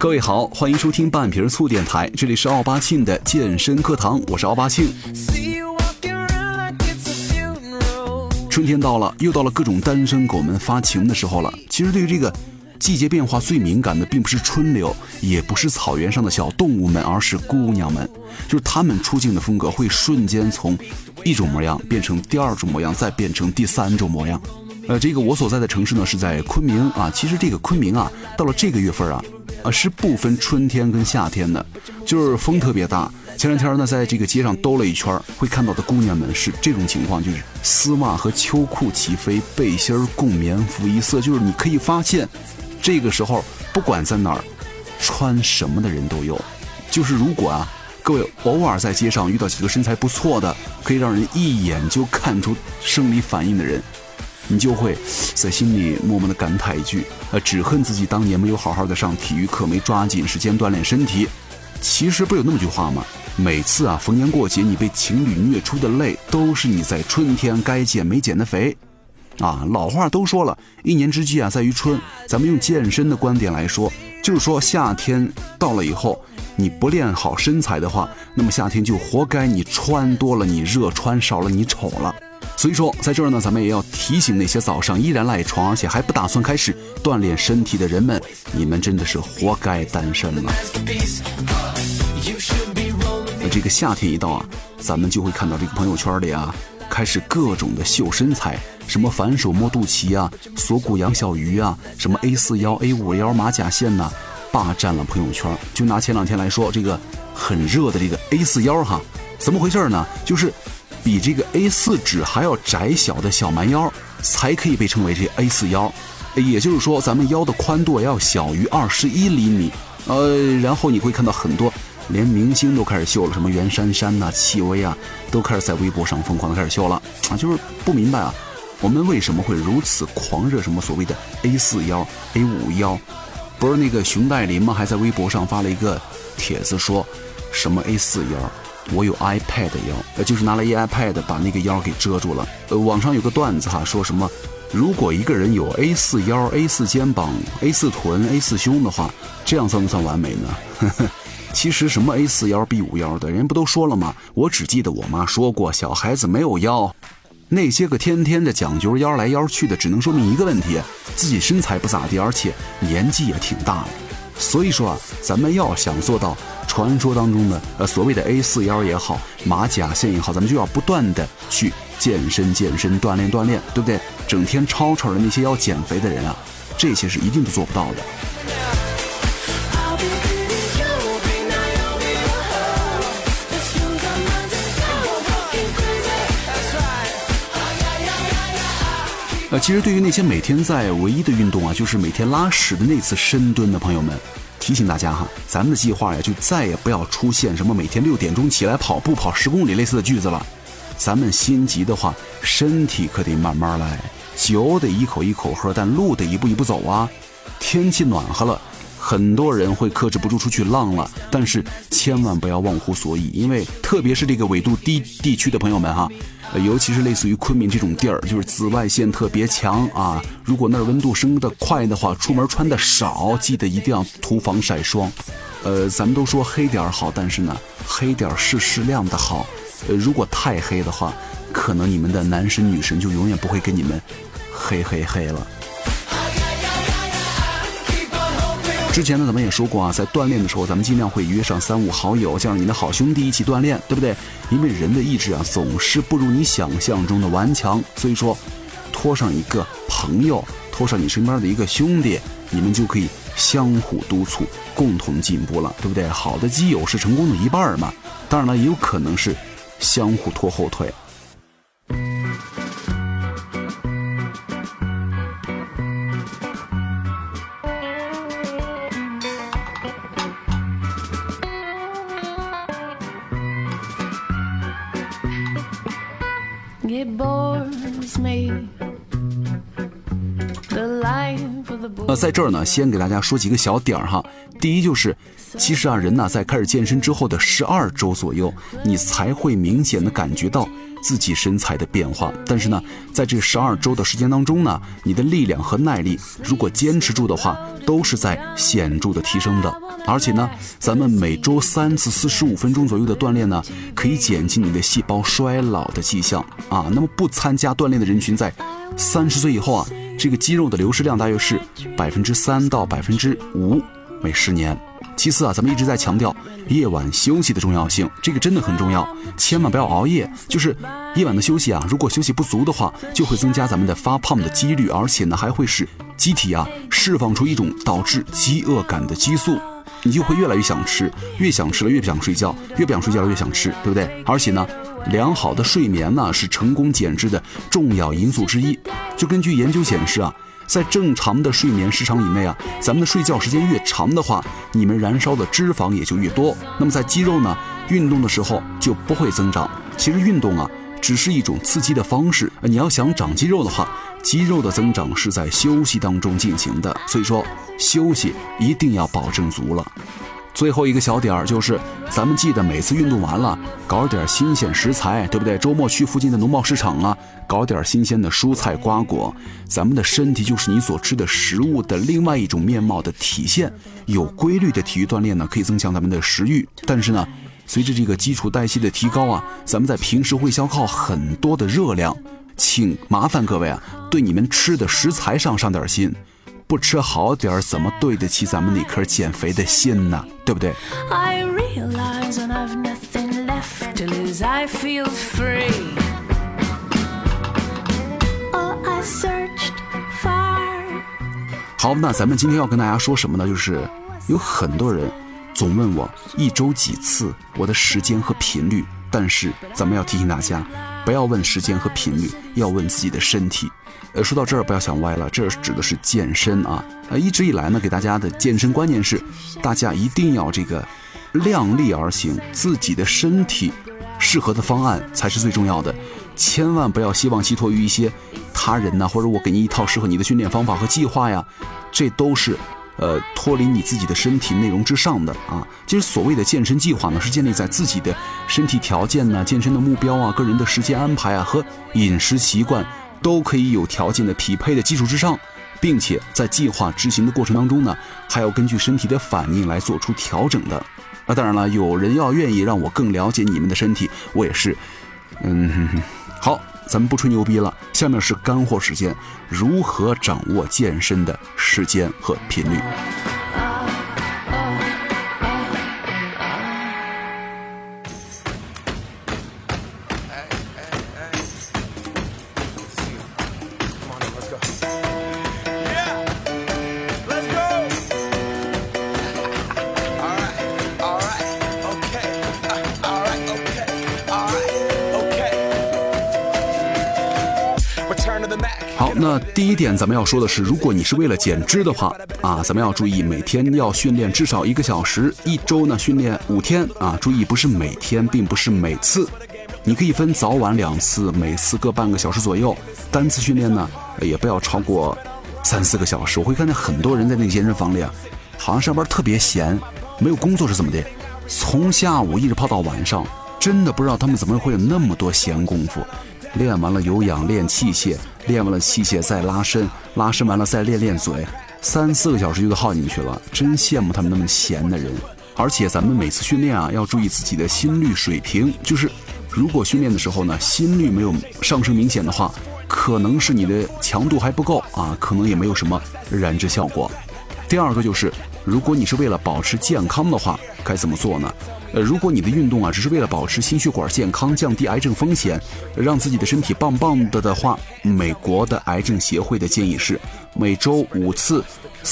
各位好，欢迎收听半瓶醋电台，这里是奥巴庆的健身课堂，我是奥巴庆。春天到了，又到了各种单身狗们发情的时候了。其实对于这个季节变化最敏感的并不是春柳，也不是草原上的小动物们，而是姑娘们。就是她们出镜的风格会瞬间从一种模样变成第二种模样，再变成第三种模样。这个我所在的城市呢是在昆明啊。其实这个昆明啊，到了这个月份啊，是不分春天跟夏天的，就是风特别大。前两天呢，在这个街上兜了一圈，会看到的姑娘们是这种情况，就是丝袜和秋裤齐飞，背心共棉服一色。就是你可以发现，这个时候不管在哪儿，穿什么的人都有。就是如果各位偶尔在街上遇到几个身材不错的，可以让人一眼就看出生理反应的人，你就会在心里默默的感慨一句，只恨自己当年没有好好的上体育课，没抓紧时间锻炼身体。其实不有那么句话吗？每次逢年过节你被情侣虐出的泪，都是你在春天该减没减的肥。老话都说了，一年之计在于春。咱们用健身的观点来说，就是说夏天到了以后，你不练好身材的话，那么夏天就活该你穿多了你热，穿少了你丑了。所以说在这儿呢，咱们也要提醒那些早上依然赖床而且还不打算开始锻炼身体的人们，你们真的是活该单身了。这个夏天一到咱们就会看到这个朋友圈里开始各种的秀身材，什么反手摸肚脐锁骨养小鱼什么 A4 腰 A5 腰马甲线霸占了朋友圈。就拿前两天来说，这个很热的这个 A4 腰怎么回事呢？就是比这个 A4 纸还要窄小的小蛮腰才可以被称为这 A4 腰，也就是说咱们腰的宽度要小于21厘米。然后你会看到很多连明星都开始秀了，什么袁姗姗戚薇都开始在微博上疯狂的开始秀了就是不明白我们为什么会如此狂热什么所谓的 A4 腰 A5 腰。不是那个熊黛林吗？还在微博上发了一个帖子说什么 A4 腰，我有 iPad 腰，就是拿了一 iPad 把那个腰给遮住了。网上有个段子说什么，如果一个人有 A4 腰 A4 肩膀 A4 臀 A4 胸的话，这样算不算完美呢？其实什么 A4 腰 B5 腰的人不都说了吗？我只记得我妈说过，小孩子没有腰。那些个天天的讲究腰来腰去的，只能说明一个问题，自己身材不咋地，而且年纪也挺大了。所以说咱们要想做到传说当中的所谓的 A4 腰也好，马甲线也好，咱们就要不断的去健身锻炼，对不对？整天吵的那些要减肥的人这些是一定都做不到的。其实对于那些每天在唯一的运动就是每天拉屎的那次深蹲的朋友们，提醒大家咱们的计划就再也不要出现什么每天6点钟起来跑步跑10公里类似的句子了。咱们心急的话，身体可得慢慢来，酒得一口一口喝，但路得一步一步走天气暖和了，很多人会克制不住出去浪了，但是千万不要忘乎所以，因为特别是这个纬度低地区的朋友们尤其是类似于昆明这种地儿，就是紫外线特别强如果那儿温度升得快的话，出门穿的少，记得一定要涂防晒霜。咱们都说黑点好，但是呢，黑点是适量的好。如果太黑的话，可能你们的男神女神就永远不会跟你们黑了。之前呢，咱们也说过在锻炼的时候，咱们尽量会约上3、5好友，这样你的好兄弟一起锻炼，对不对？因为人的意志总是不如你想象中的顽强，所以说拖上一个朋友，拖上你身边的一个兄弟，你们就可以相互督促，共同进步了，对不对？好的基友是成功的一半嘛，当然了，也有可能是相互拖后腿。在这儿呢，先给大家说几个小点第一就是，其实人在开始健身之后的12周左右，你才会明显的感觉到自己身材的变化。但是呢，在这12周的时间当中呢，你的力量和耐力如果坚持住的话，都是在显著的提升的。而且呢，咱们每周3次45分钟左右的锻炼呢，可以减轻你的细胞衰老的迹象啊。那么不参加锻炼的人群在30岁以后啊，这个肌肉的流失量大约是3%到5%每10年。其次啊，咱们一直在强调夜晚休息的重要性，这个真的很重要，千万不要熬夜。就是夜晚的休息啊，如果休息不足的话，就会增加咱们的发胖的几率，而且呢，还会使机体啊释放出一种导致饥饿感的激素，你就会越来越想吃，越想吃了越不想睡觉，越不想睡觉了越想吃，对不对？而且呢，良好的睡眠呢是成功减脂的重要因素之一。就根据研究显示啊，在正常的睡眠时长以内啊，咱们的睡觉时间越长的话，你们燃烧的脂肪也就越多。那么在肌肉呢运动的时候就不会增长。其实运动啊只是一种刺激的方式，你要想长肌肉的话，肌肉的增长是在休息当中进行的，所以说休息一定要保证足了。最后一个小点就是咱们记得每次运动完了搞点新鲜食材，对不对？周末去附近的农贸市场啊，搞点新鲜的蔬菜瓜果。咱们的身体就是你所吃的食物的另外一种面貌的体现。有规律的体育锻炼呢，可以增强咱们的食欲，但是呢，随着这个基础代谢的提高啊，咱们在平时会消耗很多的热量。请麻烦各位啊，对你们吃的食材上点心，不吃好点怎么对得起咱们那颗减肥的心呢？对不对？ I realize when I've nothing left to lose, I feel free. Oh, I searched far. 好，那咱们今天要跟大家说什么呢？就是有很多人总问我1周几次，我的时间和频率。但是咱们要提醒大家，不要问时间和频率，要问自己的身体。说到这儿不要想歪了，这指的是健身啊。一直以来呢，给大家的健身观念是，大家一定要这个量力而行，自己的身体适合的方案才是最重要的。千万不要希望寄托于一些他人呐，或者我给你一套适合你的训练方法和计划呀，这都是脱离你自己的身体内容之上的啊。其实所谓的健身计划呢，是建立在自己的身体条件呢、健身的目标啊、个人的时间安排啊和饮食习惯都可以有条件的匹配的基础之上，并且在计划执行的过程当中呢，还要根据身体的反应来做出调整的。当然了，有人要愿意让我更了解你们的身体，我也是好，咱们不吹牛逼了，下面是干货时间，如何掌握健身的时间和频率。好，那第一点咱们要说的是，如果你是为了减脂的话啊，咱们要注意每天要训练至少1个小时，1周呢训练5天啊。注意不是每天，并不是每次，你可以分早晚2次，每次各半个小时左右。单次训练呢也不要超过3、4个小时。我会看见很多人在那个健身房里啊，好像上班特别闲，没有工作是怎么的，从下午一直泡到晚上，真的不知道他们怎么会有那么多闲工夫。练完了有氧练器械，练完了器械再拉伸，拉伸完了再练嘴，3、4个小时就都耗进去了，真羡慕他们那么闲的人。而且咱们每次训练啊，要注意自己的心率水平，就是如果训练的时候呢，心率没有上升明显的话，可能是你的强度还不够啊，可能也没有什么燃脂效果。第二个就是，如果你是为了保持健康的话，该怎么做呢？如果你的运动啊只是为了保持心血管健康、降低癌症风险、让自己的身体棒棒的话，美国的癌症协会的建议是每周5次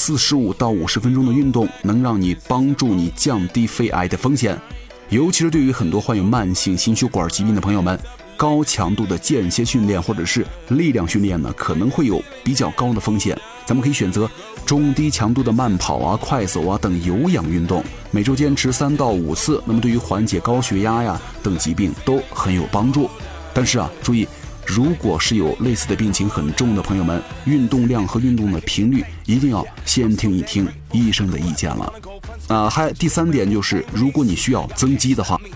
45到50分钟的运动，能让你帮助你降低肺癌的风险。尤其是对于很多患有慢性心血管疾病的朋友们，高强度的间歇训练或者是力量训练呢，可能会有比较高的风险。咱们可以选择中低强度的慢跑啊、快走啊等有氧运动，每周坚持3到5次，那么对于缓解高血压呀等疾病都很有帮助。但是啊，注意，如果是有类似的病情很重的朋友们，运动量和运动的频率一定要先听一听医生的意见了。第3点就是，如果你需要增肌的话，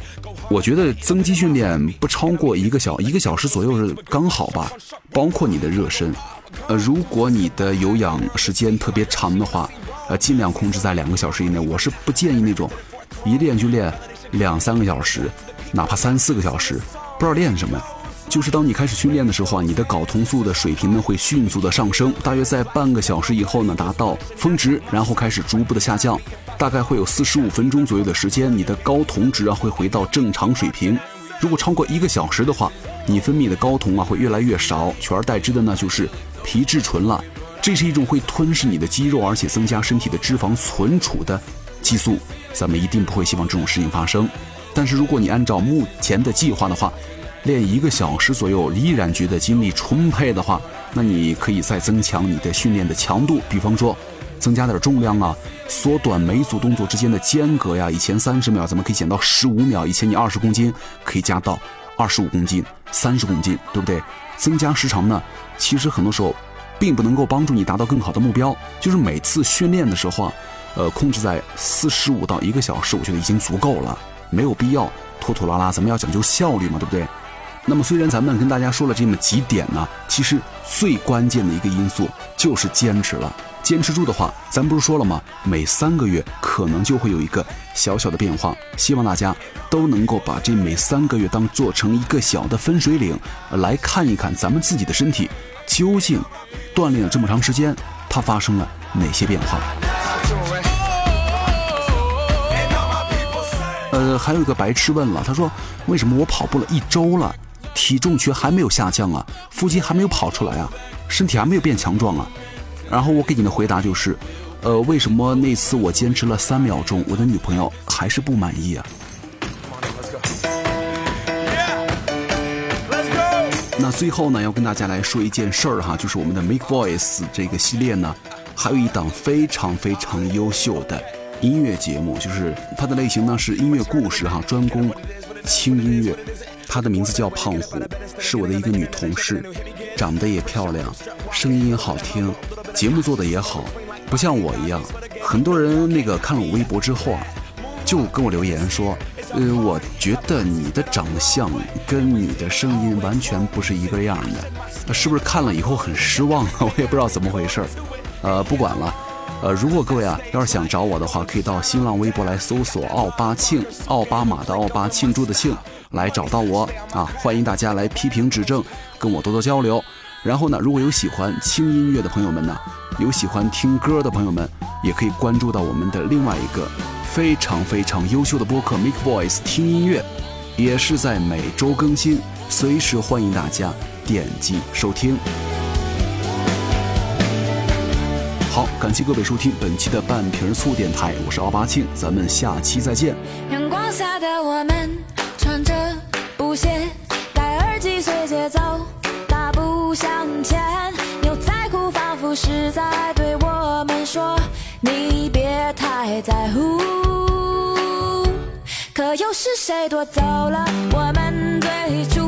我觉得增肌训练不超过一个小时左右是刚好吧，包括你的热身。如果你的有氧时间特别长的话，尽量控制在2个小时以内。我是不建议那种一练就练2-3个小时，哪怕3-4个小时，不知道练什么。就是当你开始训练的时候啊，你的睾酮素的水平呢会迅速的上升，大约在半个小时以后呢达到峰值，然后开始逐步的下降，大概会有45分钟左右的时间，你的睾酮值啊会回到正常水平。如果超过1个小时的话，你分泌的睾酮啊会越来越少，取而代之的呢就是皮质醇了。这是一种会吞噬你的肌肉，而且增加身体的脂肪存储的激素，咱们一定不会希望这种事情发生。但是如果你按照目前的计划的话，练1个小时左右依然觉得精力充沛的话，那你可以再增强你的训练的强度，比方说增加点重量啊，缩短每组动作之间的间隔呀，以前30秒咱们可以减到15秒，以前你20公斤可以加到25公斤、30公斤，对不对？增加时长呢，其实很多时候并不能够帮助你达到更好的目标，就是每次训练的时候啊，控制在45到1个小时，我觉得已经足够了，没有必要拖拖拉拉，咱们要讲究效率嘛，对不对？那么虽然咱们跟大家说了这么几点呢，其实最关键的一个因素就是坚持了。坚持住的话，咱不是说了吗？每3个月可能就会有一个小小的变化。希望大家都能够把这每3个月当做成一个小的分水岭，来看一看咱们自己的身体究竟锻炼了这么长时间，它发生了哪些变化。还有一个白痴问了，他说为什么我跑步了1周了，体重却还没有下降啊，腹肌还没有跑出来啊，身体还没有变强壮啊？然后我给你的回答就是，为什么那次我坚持了3秒钟，我的女朋友还是不满意啊？那最后呢，要跟大家来说一件事儿哈，就是我们的 Make Voice 这个系列呢，还有一档非常非常优秀的音乐节目，就是它的类型呢是音乐故事哈，专攻轻音乐。她的名字叫胖虎，是我的一个女同事，长得也漂亮，声音也好听，节目做的也好，不像我一样。很多人看了我微博之后啊，就跟我留言说，我觉得你的长相跟你的声音完全不是一个样的，是不是看了以后很失望啊？我也不知道怎么回事。不管了。如果各位啊，要是想找我的话，可以到新浪微博来搜索奥巴庆，奥巴马的奥巴，庆祝的庆，来找到我啊！欢迎大家来批评指正，跟我多多交流。然后呢，如果有喜欢轻音乐的朋友们呢，有喜欢听歌的朋友们，也可以关注到我们的另外一个非常非常优秀的播客 Make Voice 听音乐，也是在每周更新，随时欢迎大家点击收听。好，感谢各位收听本期的半瓶醋电台，我是奥巴庆，咱们下期再见。 阳光下的我们穿着布鞋，戴耳机随节奏大步向前，牛仔裤仿佛是在对我们说，你别太在乎。可又是谁夺走了我们最初